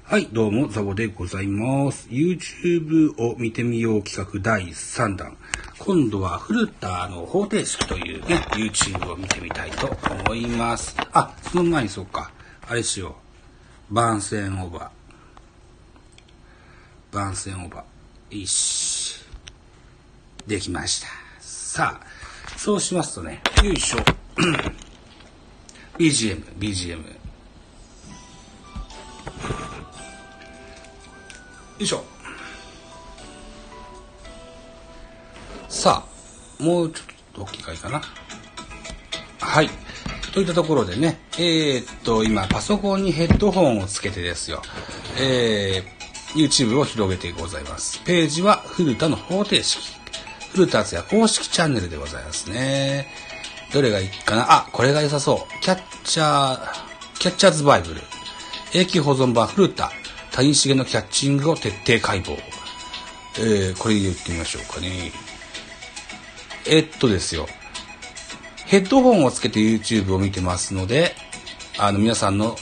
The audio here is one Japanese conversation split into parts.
はい、どうも、ザボでございます。YouTube を見てみよう企画第3弾。今度は古田の方程式というね、YouTube を見てみたいと思います。あ、その前にそうか。あれしよう。番宣オーバー。よし。できました。さあ、そうしますとね、よいしょ。BGM。よいしょ。さあ、もうちょっと大きいかいかな。はい。といったところでね、今パソコンにヘッドホンをつけてですよ、YouTube を広げてございます。ページは古田の方程式。古田敦也公式チャンネルでございますね。どれがいいかなあ、これが良さそう。キャッチャーズバイブル。永久保存版古田。谷繁のキャッチングを徹底解剖。これ言ってみましょうかね。ですよ。ヘッドホンをつけて YouTube を見てますので、皆さんの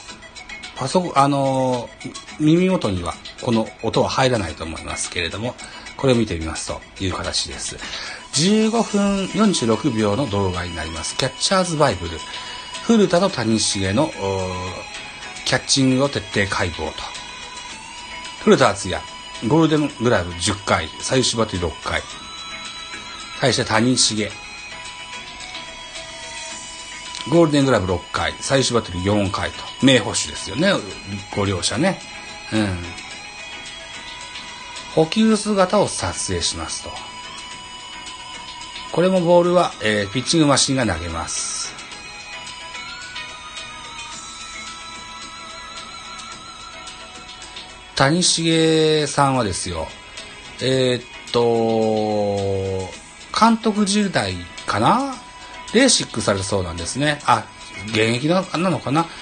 耳元にはこの音は入らないと思いますけれども、これを見てみますという形です。15分46秒の動画になります。キャッチャーズバイブル。古田と谷繁のキャッチングを徹底解剖と。古田敦也、ゴールデングラブ10回、最終バッテリー6回。対して谷繁、ゴールデングラブ6回、最終バッテリー4回と。名捕手ですよね、ご両者ね。捕球姿を撮影しますと。これもボールは、ピッチングマシンが投げます。谷繁さんはですよ、監督時代かなレーシックされたそうなんですね。あ、現役なのかな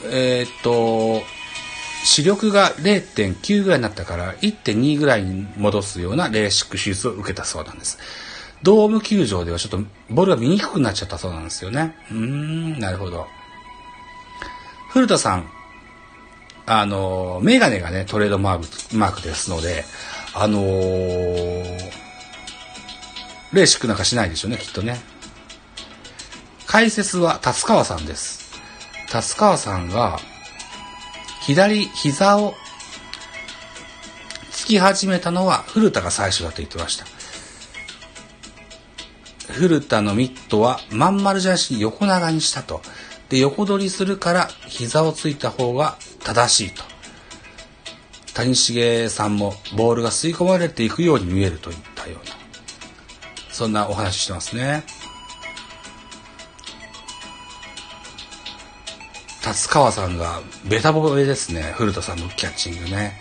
視力が 0.9 ぐらいになったから 1.2 ぐらいに戻すようなレーシック手術を受けたそうなんです。ドーム球場ではちょっとボールが見にくくなっちゃったそうなんですよね。なるほど。古田さん、メガネがね、トレードマークですので、レーシックなんかしないでしょうね、きっとね。解説は達川さんです。達川さんが、左膝をつき始めたのは古田が最初だと言ってました。古田のミットはまん丸じゃなしに横長にしたと。で、横取りするから膝をついた方が正しいと。谷繁さんもボールが吸い込まれていくように見えるといったような、そんなお話してますね。達川さんがベタボベですね。古田さんのキャッチングね。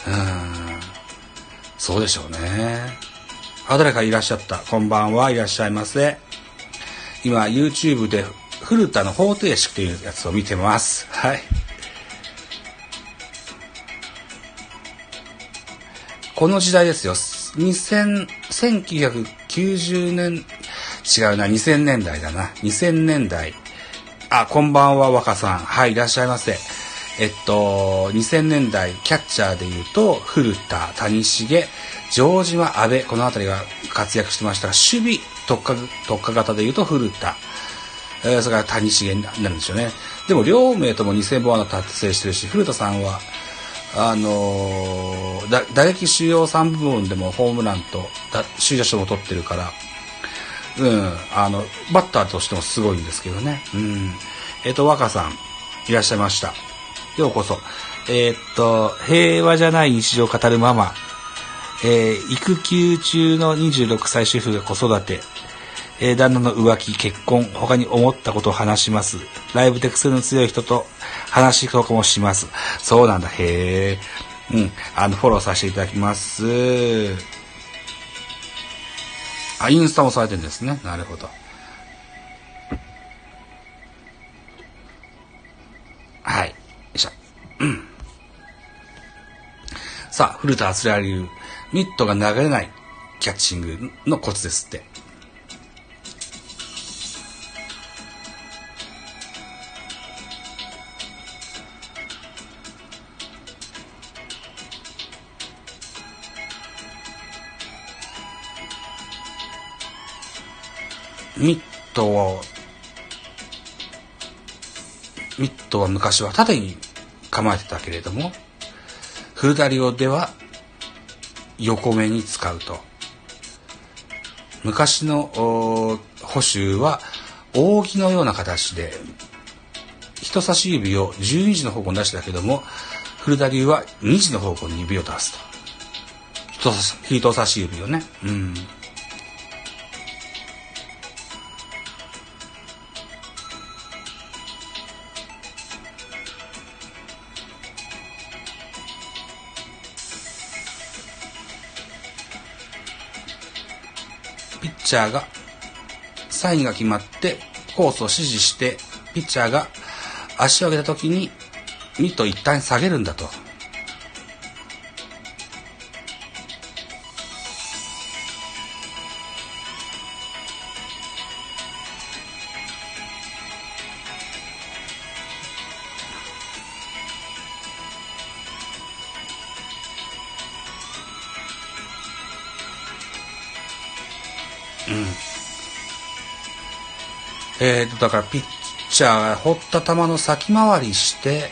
そうでしょうね。誰かいらっしゃった。こんばんは、いらっしゃいませ。今 YouTube で古田の方程式というやつを見てます。はい。この時代ですよ。1990年、違うな、2000年代だな。2000年代。あ、こんばんは、若さん。はい、いらっしゃいませ。2000年代、キャッチャーで言うと、古田、谷繁、城島、阿部、このあたりが活躍してましたが、守備特化型で言うと古田、それから谷繁になるんでしょうね。でも、両名とも2000本は達成してるし、古田さんは、打撃主要3部門でもホームランと首位打者も取ってるから、バッターとしてもすごいんですけどね。若さん、いらっしゃいました。ようこそ。平和じゃない日常を語るママ、育休中の26歳主婦が子育て、旦那の浮気、結婚、他に思ったことを話します。ライブで癖の強い人と話とかもします。そうなんだ、へー。フォローさせていただきます。インスタもされてるんですね。なるほど。はい。よいしょ。さあ、古田敦也流、ミットが流れないキャッチングのコツですって。 ミットは昔は縦に構えてたけれども、フルダリオでは横目に使うと。昔の捕手は扇のような形で人差し指を12時の方向に出したけども、フルダリオは2時の方向に指を出すと。人差し指をね。ピッチャーがサインが決まってコースを指示して、ピッチャーが足を上げた時にミットを一旦下げるんだと。だからピッチャーが放った球の先回りして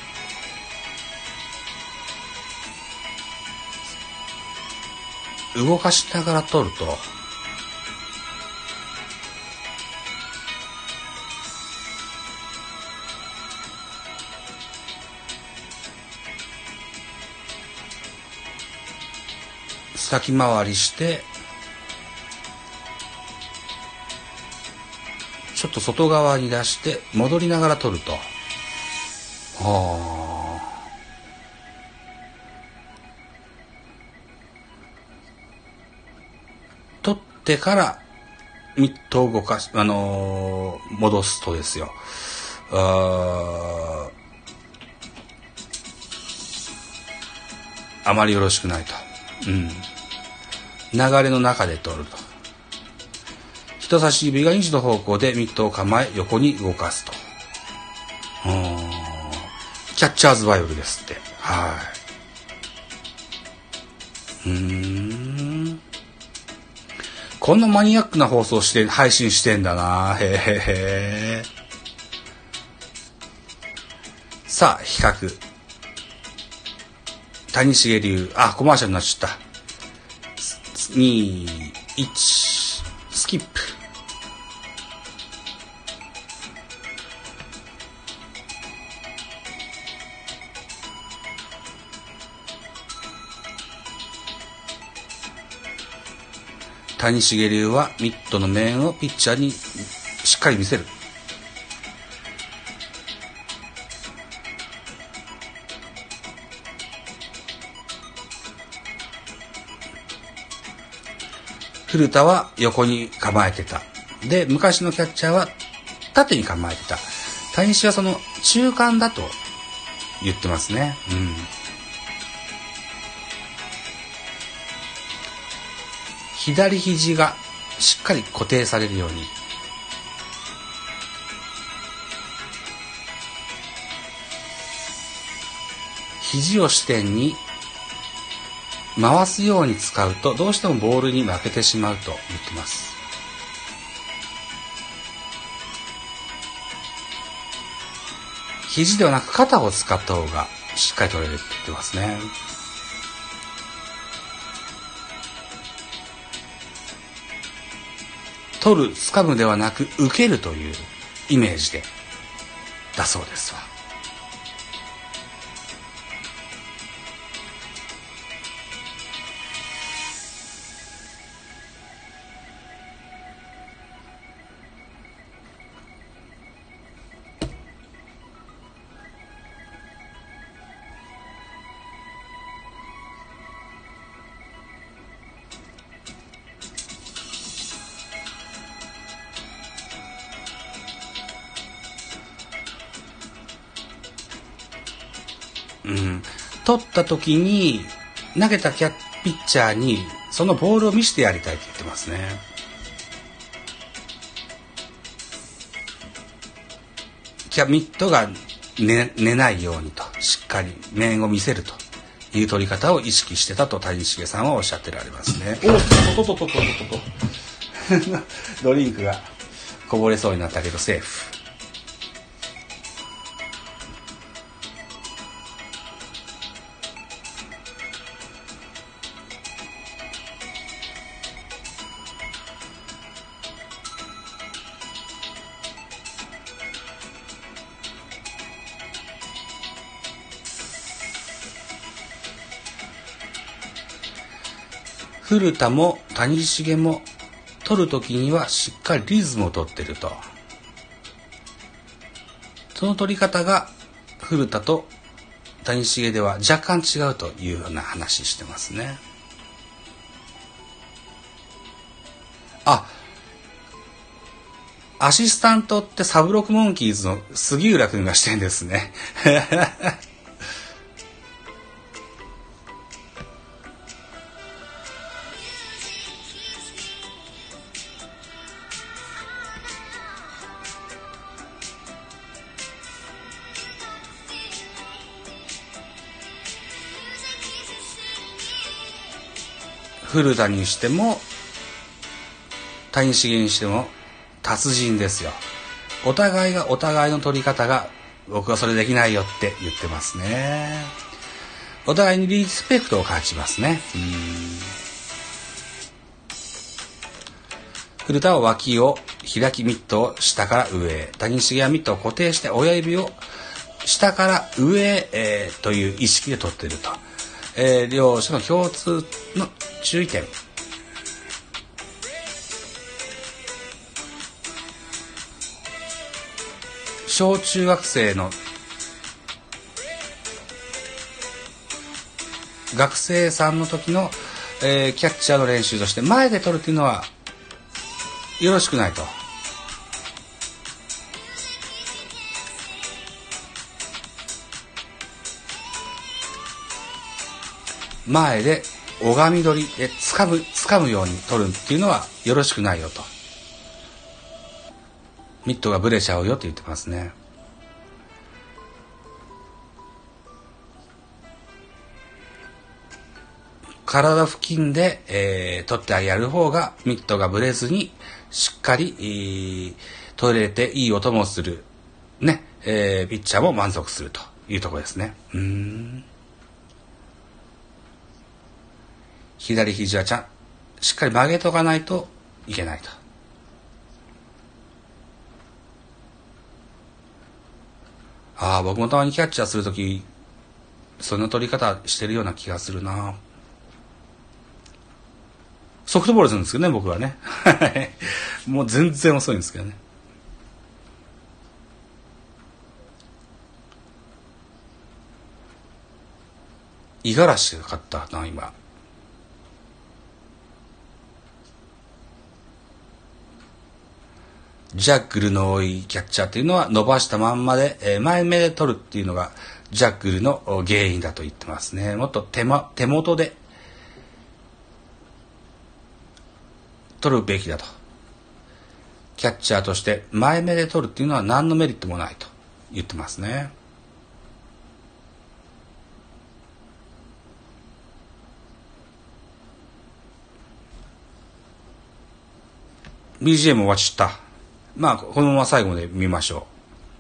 動かしながら取ると。先回りしてちょっと外側に出して戻りながら取ると。取ってからミットを動かし、戻すとですよ。あまりよろしくないと。流れの中で取ると。人差し指が2時の方向でミットを構え横に動かすと。キャッチャーズバイオルですって。はい。こんなマニアックな放送して配信してんだな。へへ。さあ比較。谷繁流、コマーシャルになっちゃった。2、1、スキップ。谷繁流はミットの面をピッチャーにしっかり見せる。古田は横に構えてた。で、昔のキャッチャーは縦に構えてた。谷繁はその中間だと言ってますね。左肘がしっかり固定されるように。肘を支点に回すように使うとどうしてもボールに負けてしまうと言ってます。肘ではなく肩を使った方がしっかり取れるって言ってますね。取る、掴むではなく受けるというイメージでだそうですわ。取った時に投げたピッチャーにそのボールを見せてやりたいって言ってますね。ミットが 寝ないようにとしっかり面を見せるという取り方を意識してたと谷繁さんはおっしゃってられますね。ドリンクがこぼれそうになったけどセーフ。古田も谷繁も取るときにはしっかりリズムを取ってると。その取り方が古田と谷繁では若干違うというような話してますね。アシスタントってサブロックモンキーズの杉浦くんがしてんですね。古田にしても谷繁にしても達人ですよ。お互いがお互いの取り方が僕はそれできないよって言ってますね。お互いにリスペクトを感じますね。古田は脇を開きミットを下から上へ、谷繁はミットを固定して親指を下から上へ、という意識で取っていると。両者の共通の注意点。小中学生の学生さんの時の、キャッチャーの練習として前で取るっていうのはよろしくないと。前で拝み取りで掴むように取るっていうのはよろしくないよと。ミットがブレちゃうよって言ってますね。体付近で、取ってやる方がミットがブレずにしっかり、取れていい音もするね、ピッチャーも満足するというところですね。左肘はしっかり曲げとかないといけないと。僕もたまにキャッチャーするときそんな取り方してるような気がするな。ソフトボールするんですけどね、僕はね。もう全然遅いんですけどね。五十嵐が勝ったな、今。ジャッグルの多いキャッチャーっていうのは伸ばしたまんまで、前目で取るっていうのがジャッグルの原因だと言ってますね。もっと手元で取るべきだと。キャッチャーとして前目で取るっていうのは何のメリットもないと言ってますね。BGM 終わっちゃった。このまま最後まで見ましょ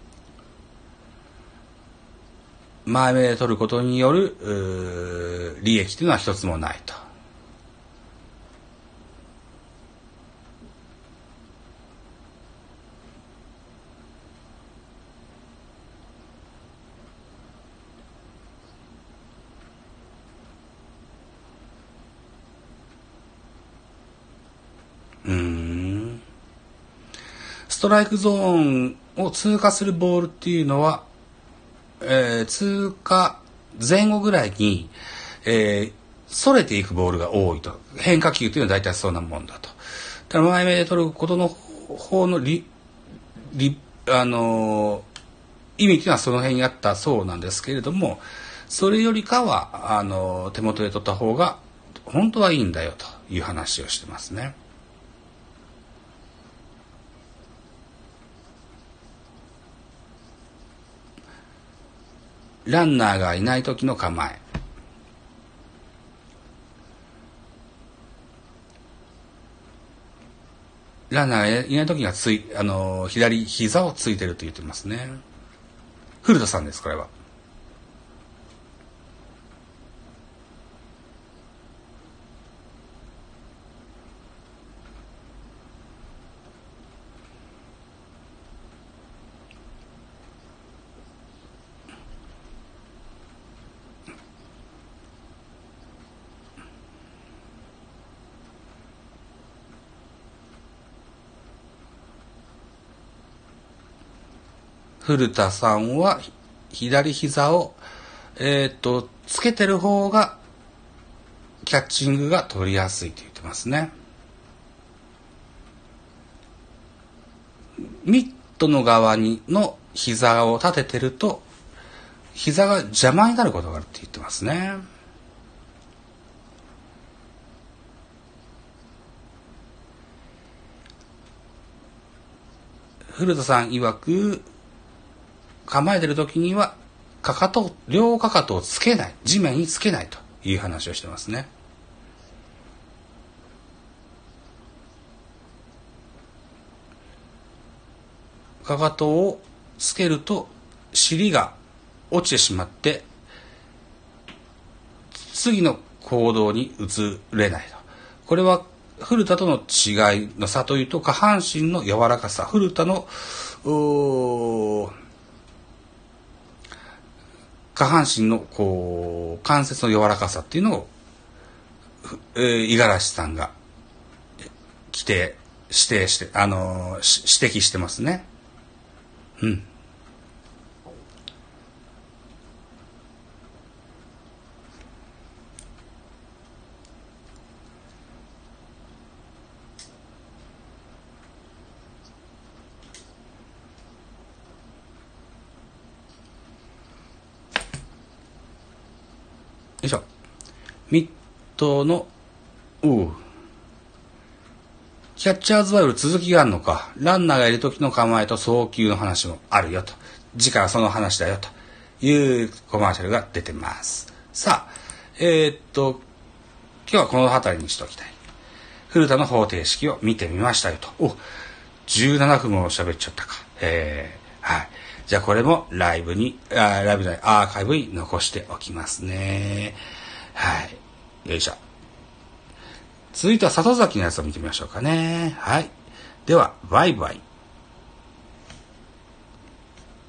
う。前目で取ることによる利益というのは一つもないと。ストライクゾーンを通過するボールっていうのは、通過前後ぐらいに、逸れていくボールが多いと。変化球というのは大体そんなもんだと。ただ前目で取ることの方の意味っていうのはその辺にあったそうなんですけれども、それよりかは手元で取った方が本当はいいんだよという話をしてますね。ランナーがいない時の構え。 ランナーがいない時には左膝をついてると言ってますね。古田さんです、これは。古田さんは左膝を、つけてる方がキャッチングが取りやすいと言ってますね。ミットの側の膝を立ててると膝が邪魔になることがあるって言ってますね。古田さん曰く、構えてる時には両かかとをつけない、地面につけないという話をしてますね。かかとをつけると尻が落ちてしまって次の行動に移れないと。これは古田との違いの差というと、下半身の柔らかさ、古田の下半身の関節の柔らかさっていうのを、五十嵐さんが指摘してますね。うん。よいしょ。ミットの、キャッチャーズバイブル続きがあるのか。ランナーがいる時の構えと送球の話もあるよと。次回はその話だよというコマーシャルが出てます。さあ、今日はこの辺りにしておきたい。古田の方程式を見てみましたよと。17分も喋っちゃったか。はい。じゃあこれもアーカイブに残しておきますね。はい。よいしょ。続いては里崎のやつを見てみましょうかね。はい。では、バイバイ。